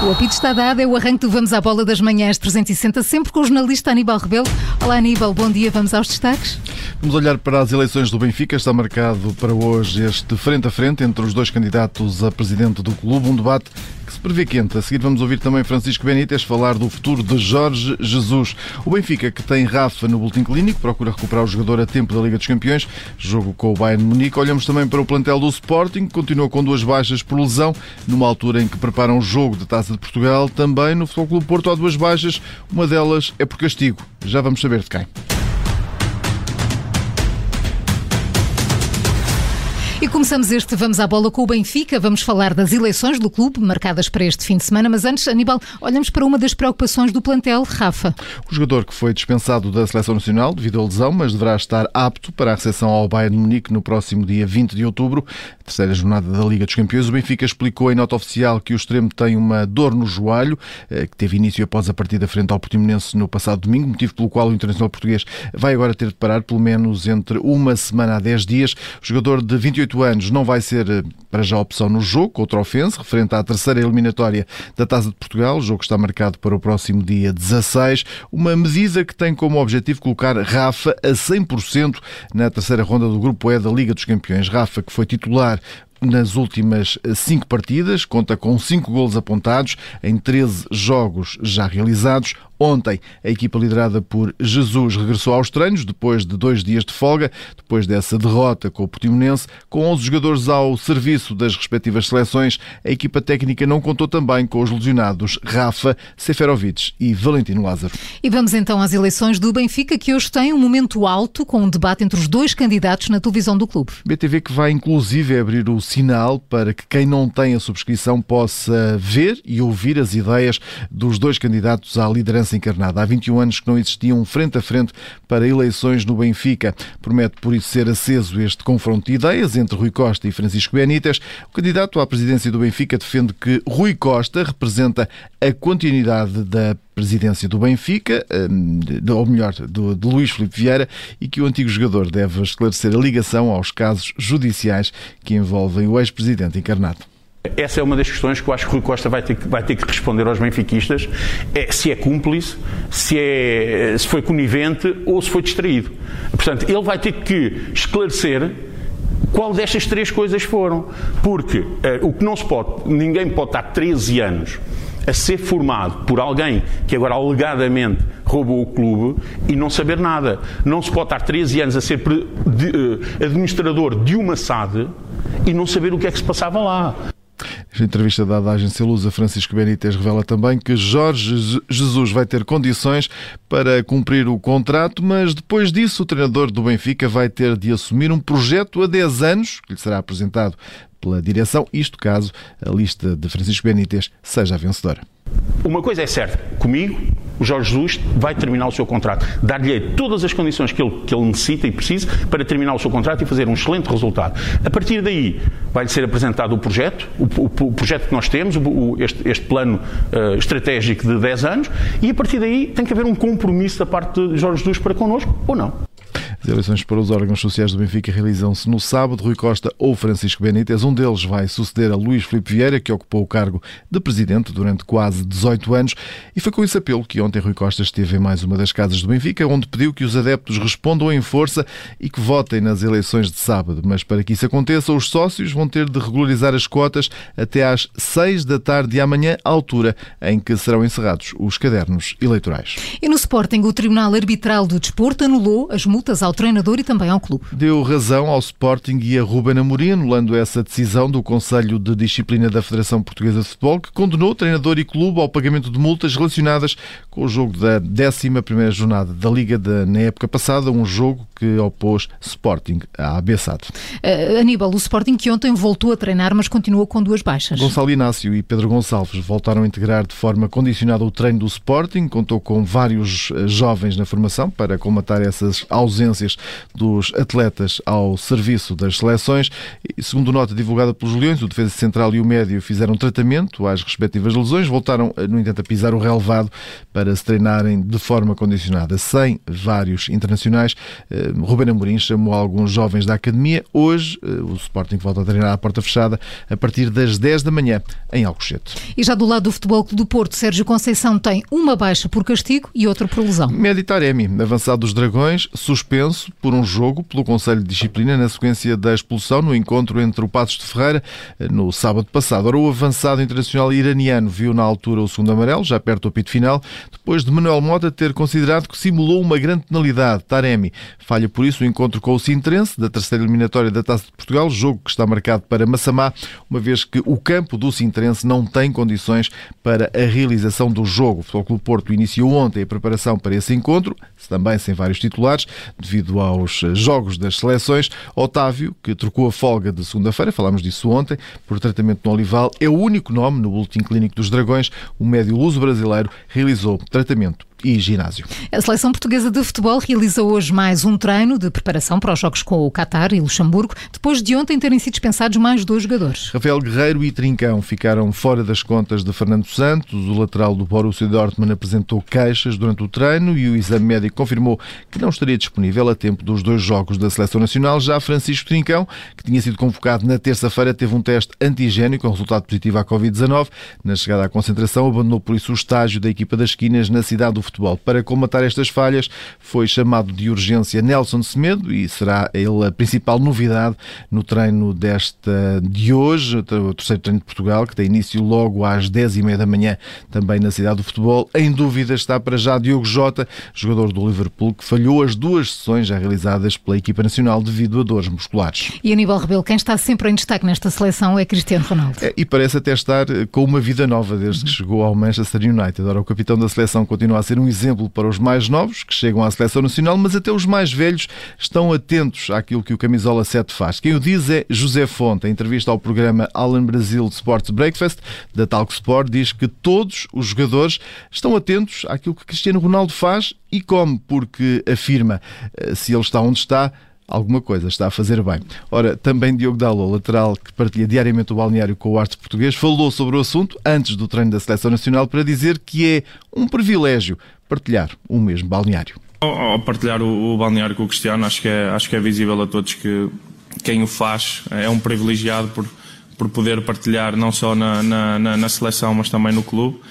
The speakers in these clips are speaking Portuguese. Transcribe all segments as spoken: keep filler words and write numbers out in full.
O apito está dado, é o arranque do Vamos à Bola das Manhãs trezentos e sessenta, sempre com o jornalista Aníbal Rebelo. Olá Aníbal, bom dia, vamos aos destaques. Vamos olhar para as eleições do Benfica. Está marcado para hoje este frente a frente entre os dois candidatos a presidente do clube, um debate que se prevê quente. A seguir vamos ouvir também Francisco Benítez falar do futuro de Jorge Jesus. O Benfica, que tem Rafa no boletim clínico, procura recuperar o jogador a tempo da Liga dos Campeões, jogo com o Bayern de Munique. Olhamos também para o plantel do Sporting, que continua com duas baixas por lesão, numa altura em que preparam o jogo da Taça de Portugal. Também no Futebol Clube Porto há duas baixas, uma delas é por castigo. Já vamos saber de quem. E começamos este Vamos à Bola com o Benfica. Vamos falar das eleições do clube, marcadas para este fim de semana. Mas antes, Aníbal, olhamos para uma das preocupações do plantel, Rafa. O jogador que foi dispensado da Seleção Nacional devido à lesão, mas deverá estar apto para a recepção ao Bayern de Munique no próximo dia vinte de outubro, terceira jornada da Liga dos Campeões. O Benfica explicou em nota oficial que o extremo tem uma dor no joelho, que teve início após a partida frente ao Portimonense no passado domingo, motivo pelo qual o internacional português vai agora ter de parar pelo menos entre uma semana a dez dias. O jogador de vinte e oito anos não vai ser para já opção no jogo contra o Ofense, referente à terceira eliminatória da Taça de Portugal. O jogo está marcado para o próximo dia dezasseis. Uma medida que tem como objetivo colocar Rafa a cem por cento na terceira ronda do Grupo E da Liga dos Campeões. Rafa, que foi titular nas últimas cinco partidas, conta com cinco golos apontados em treze jogos já realizados. Ontem, a equipa liderada por Jesus regressou aos treinos depois de dois dias de folga, depois dessa derrota com o Portimonense. Com onze jogadores ao serviço das respectivas seleções, a equipa técnica não contou também com os lesionados Rafa, Seferovic e Valentino Lázaro. E vamos então às eleições do Benfica, que hoje tem um momento alto com um debate entre os dois candidatos na televisão do clube. B T V que vai inclusive abrir o sinal para que quem não tem a subscrição possa ver e ouvir as ideias dos dois candidatos à liderança encarnada. Há vinte e um anos que não existia um frente a frente para eleições no Benfica. Promete por isso ser aceso este confronto de ideias entre Rui Costa e Francisco Benítez. O candidato à presidência do Benfica defende que Rui Costa representa a continuidade da presidência do Benfica, ou melhor, do, de Luís Filipe Vieira, e que o antigo jogador deve esclarecer a ligação aos casos judiciais que envolvem o ex-presidente encarnado. Essa é uma das questões que eu acho que Rui Costa vai ter que, vai ter que responder aos benfiquistas, é se é cúmplice, se, é, se foi conivente ou se foi distraído. Portanto, ele vai ter que esclarecer qual destas três coisas foram. Porque uh, o que não se pode, ninguém pode estar treze anos a ser formado por alguém que agora alegadamente roubou o clube e não saber nada. Não se pode estar treze anos a ser de, uh, administrador de uma S A D e não saber o que é que se passava lá. Esta entrevista dada à agência Lusa, Francisco Benítez revela também que Jorge Jesus vai ter condições para cumprir o contrato, mas depois disso o treinador do Benfica vai ter de assumir um projeto a dez anos, que lhe será apresentado pela direção, isto caso a lista de Francisco Benítez seja a vencedora. Uma coisa é certa, comigo o Jorge Jesus vai terminar o seu contrato, dar-lhe todas as condições que ele, que ele necessita e precisa para terminar o seu contrato e fazer um excelente resultado. A partir daí vai-lhe ser apresentado o projeto, o, o, o projeto que nós temos, o, o, este, este plano uh, estratégico de dez anos, e a partir daí tem que haver um compromisso da parte de Jorge Jesus para connosco ou não. As eleições para os órgãos sociais do Benfica realizam-se no sábado. Rui Costa ou Francisco Benítez, um deles vai suceder a Luís Filipe Vieira, que ocupou o cargo de presidente durante quase dezoito anos, e foi com esse apelo que ontem Rui Costa esteve em mais uma das casas do Benfica, onde pediu que os adeptos respondam em força e que votem nas eleições de sábado. Mas para que isso aconteça, os sócios vão ter de regularizar as cotas até às seis da tarde de amanhã, altura em que serão encerrados os cadernos eleitorais. E no Sporting, o Tribunal Arbitral do Desporto anulou as multas ao treinador e também ao clube. Deu razão ao Sporting e a Ruben Amorim, anulando essa decisão do Conselho de Disciplina da Federação Portuguesa de Futebol, que condenou treinador e clube ao pagamento de multas relacionadas com o jogo da décima primeira jornada da Liga de, na época passada, um jogo que opôs Sporting à A B S A D. Uh, Aníbal, o Sporting que ontem voltou a treinar, mas continua com duas baixas. Gonçalo Inácio e Pedro Gonçalves voltaram a integrar de forma condicionada o treino do Sporting, contou com vários jovens na formação para colmatar essas ausências dos atletas ao serviço das seleções. E, segundo nota divulgada pelos Leões, o defesa central e o médio fizeram tratamento às respectivas lesões, voltaram, no entanto, a pisar o relevado para se treinarem de forma condicionada. Sem vários internacionais, Ruben Amorim chamou alguns jovens da academia. Hoje o Sporting volta a treinar à porta fechada a partir das dez da manhã em Alcochete. E já do lado do Futebol Clube do Porto, Sérgio Conceição tem uma baixa por castigo e outra por lesão. Mehdi Taremi, avançado dos Dragões, suspenso por um jogo pelo Conselho de Disciplina na sequência da expulsão no encontro entre o Paços de Ferreira no sábado passado. Ora, o avançado internacional iraniano viu na altura o segundo amarelo, já perto do apito final, depois de Manuel Mota ter considerado que simulou uma grande penalidade. Taremi falha por isso o encontro com o Sintrense da terceira eliminatória da Taça de Portugal, jogo que está marcado para Massamá, uma vez que o campo do Sintrense não tem condições para a realização do jogo. O Futebol Clube Porto iniciou ontem a preparação para esse encontro, também sem vários titulares, devido aos jogos das seleções. Otávio, que trocou a folga de segunda-feira, falámos disso ontem, por tratamento no Olival, é o único nome no boletim clínico dos Dragões. O médio luso-brasileiro realizou tratamento e ginásio. A seleção portuguesa de futebol realiza hoje mais um treino de preparação para os jogos com o Qatar e Luxemburgo, depois de ontem terem sido dispensados mais dois jogadores. Rafael Guerreiro e Trincão ficaram fora das contas de Fernando Santos. O lateral do Borussia Dortmund apresentou queixas durante o treino e o exame médico confirmou que não estaria disponível a tempo dos dois jogos da Seleção Nacional. Já Francisco Trincão, que tinha sido convocado na terça-feira, teve um teste antigénico com resultado positivo à covid dezanove. Na chegada à concentração, abandonou por isso o estágio da equipa das Esquinas na cidade do futebol. Para colmatar estas falhas, foi chamado de urgência Nelson Semedo e será ele a principal novidade no treino desta de hoje, o terceiro treino de Portugal, que tem início logo às dez e meia da manhã, também na cidade do futebol. Em dúvida está para já Diogo Jota, jogador do Liverpool, que falhou as duas sessões já realizadas pela equipa nacional devido a dores musculares. E Aníbal Rebelo, quem está sempre em destaque nesta seleção é Cristiano Ronaldo. É, e parece até estar com uma vida nova desde que chegou ao Manchester United. Ora, o capitão da seleção continua a ser um exemplo para os mais novos que chegam à seleção nacional, mas até os mais velhos estão atentos àquilo que o Camisola sete faz. Quem o diz é José Fonte. Em entrevista ao programa Allen Brazil Sports Breakfast da Talk Sport, diz que todos os jogadores estão atentos àquilo que Cristiano Ronaldo faz e come, porque afirma, se ele está onde está, alguma coisa está a fazer bem. Ora, também Diogo Dalot, lateral que partilha diariamente o balneário com o Arte Português, falou sobre o assunto antes do treino da Seleção Nacional para dizer que é um privilégio partilhar o mesmo balneário. Ao partilhar o, o balneário com o Cristiano, acho que é, acho que é visível a todos que quem o faz é um privilegiado por, por poder partilhar não só na, na, na seleção, mas também no clube.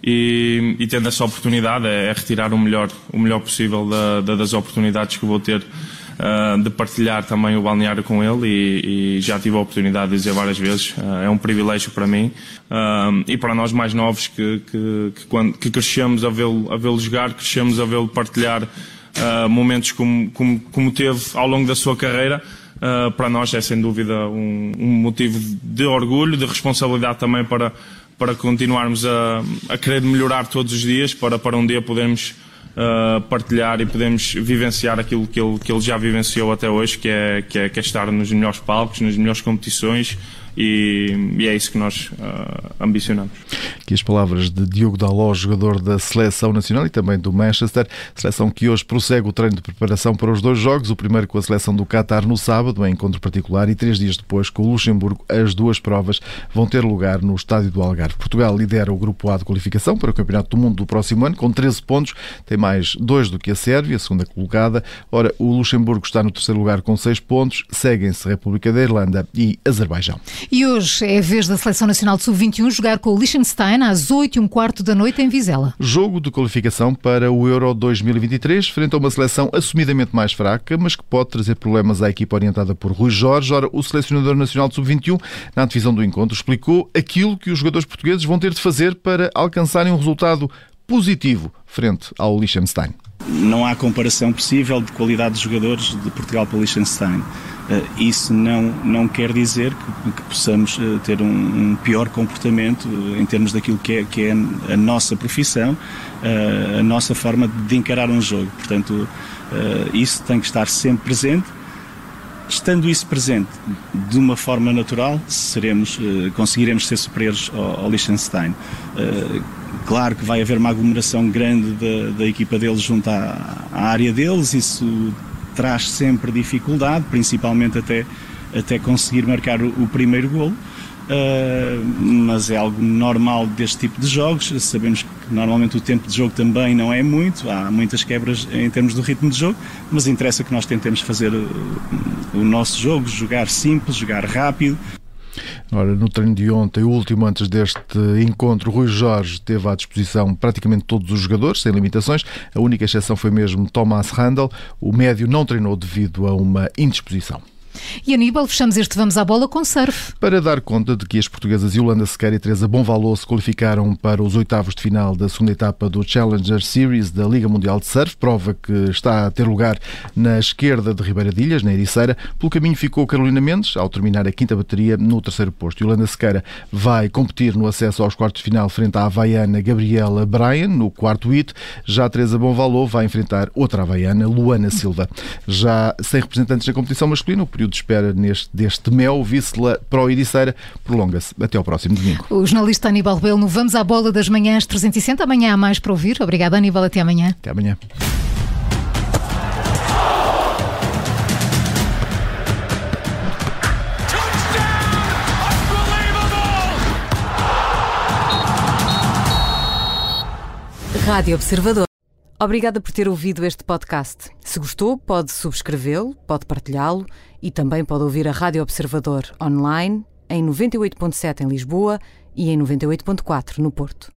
E, e tendo essa oportunidade é, é retirar o melhor, o melhor possível da, da, das oportunidades que vou ter uh, de partilhar também o balneário com ele e, e já tive a oportunidade de dizer várias vezes, uh, é um privilégio para mim uh, e para nós mais novos que, que, que, quando, que crescemos a vê-lo, a vê-lo jogar, crescemos a vê-lo partilhar uh, momentos como, como, como teve ao longo da sua carreira. Uh, para nós é sem dúvida um, um motivo de orgulho, de responsabilidade também para para continuarmos a, a querer melhorar todos os dias, para, para um dia podermos uh, partilhar e podermos vivenciar aquilo que ele, que ele já vivenciou até hoje, que é, que, é, que é estar nos melhores palcos, nas melhores competições, e, e é isso que nós uh, ambicionamos. Aqui as palavras de Diogo Dalot, jogador da Seleção Nacional e também do Manchester, seleção que hoje prossegue o treino de preparação para os dois jogos, o primeiro com a seleção do Qatar no sábado, em encontro particular, e três dias depois com o Luxemburgo. As duas provas vão ter lugar no Estádio do Algarve. Portugal lidera o Grupo A de qualificação para o Campeonato do Mundo do próximo ano, com treze pontos, tem mais dois do que a Sérvia, a segunda colocada. Ora, o Luxemburgo está no terceiro lugar com seis pontos, seguem-se República da Irlanda e Azerbaijão. E hoje é a vez da Seleção Nacional de sub vinte e um jogar com o Liechtenstein às oito e um quarto da noite em Vizela. Jogo de qualificação para o Euro dois mil e vinte e três, frente a uma seleção assumidamente mais fraca, mas que pode trazer problemas à equipa orientada por Rui Jorge. Ora, o selecionador nacional de sub vinte e um, na divisão do encontro, explicou aquilo que os jogadores portugueses vão ter de fazer para alcançarem um resultado positivo frente ao Liechtenstein. Não há comparação possível de qualidade de jogadores de Portugal para o Liechtenstein. Uh, isso não, não quer dizer que, que possamos uh, ter um, um pior comportamento uh, em termos daquilo que é, que é a nossa profissão, uh, a nossa forma de encarar um jogo. Portanto, uh, isso tem que estar sempre presente. Estando isso presente de uma forma natural, seremos, uh, conseguiremos ser superiores ao, ao Liechtenstein. Uh, claro que vai haver uma aglomeração grande da, da equipa deles junto à, à área deles, isso traz sempre dificuldade, principalmente até, até conseguir marcar o, o primeiro golo, uh, mas é algo normal deste tipo de jogos. Sabemos que Normalmente o tempo de jogo também não é muito, há muitas quebras em termos do ritmo de jogo, mas interessa que nós tentemos fazer o nosso jogo, jogar simples, jogar rápido. Ora, no treino de ontem, o último antes deste encontro, Rui Jorge teve à disposição praticamente todos os jogadores, sem limitações. A única exceção foi mesmo Thomas Randall. O médio não treinou devido a uma indisposição. E Aníbal, fechamos este Vamos à Bola com surf. Para dar conta de que as portuguesas Yolanda Sequeira e Teresa Bonvalot se qualificaram para os oitavos de final da segunda etapa do Challenger Series da Liga Mundial de Surf, prova que está a ter lugar na esquerda de Ribeiradilhas, na Ericeira. Pelo caminho ficou Carolina Mendes, ao terminar a quinta bateria no terceiro posto. Yolanda Sequeira vai competir no acesso aos quartos de final frente à havaiana Gabriela Bryan, no quarto hit. Já a Teresa Bonvalot vai enfrentar outra havaiana, Luana Silva. Já sem representantes na competição masculina, o período de espera neste, deste Mel, Vícela Pro Ericeira, prolonga-se até ao próximo domingo. O jornalista Aníbal Rebelo no Vamos à Bola das Manhãs trezentos e sessenta. Amanhã há mais para ouvir. Obrigada, Aníbal. Até amanhã. Até amanhã. Rádio Observador. Obrigada por ter ouvido este podcast. Se gostou, pode subscrevê-lo, pode partilhá-lo e também pode ouvir a Rádio Observador online em noventa e oito ponto sete em Lisboa e em noventa e oito ponto quatro no Porto.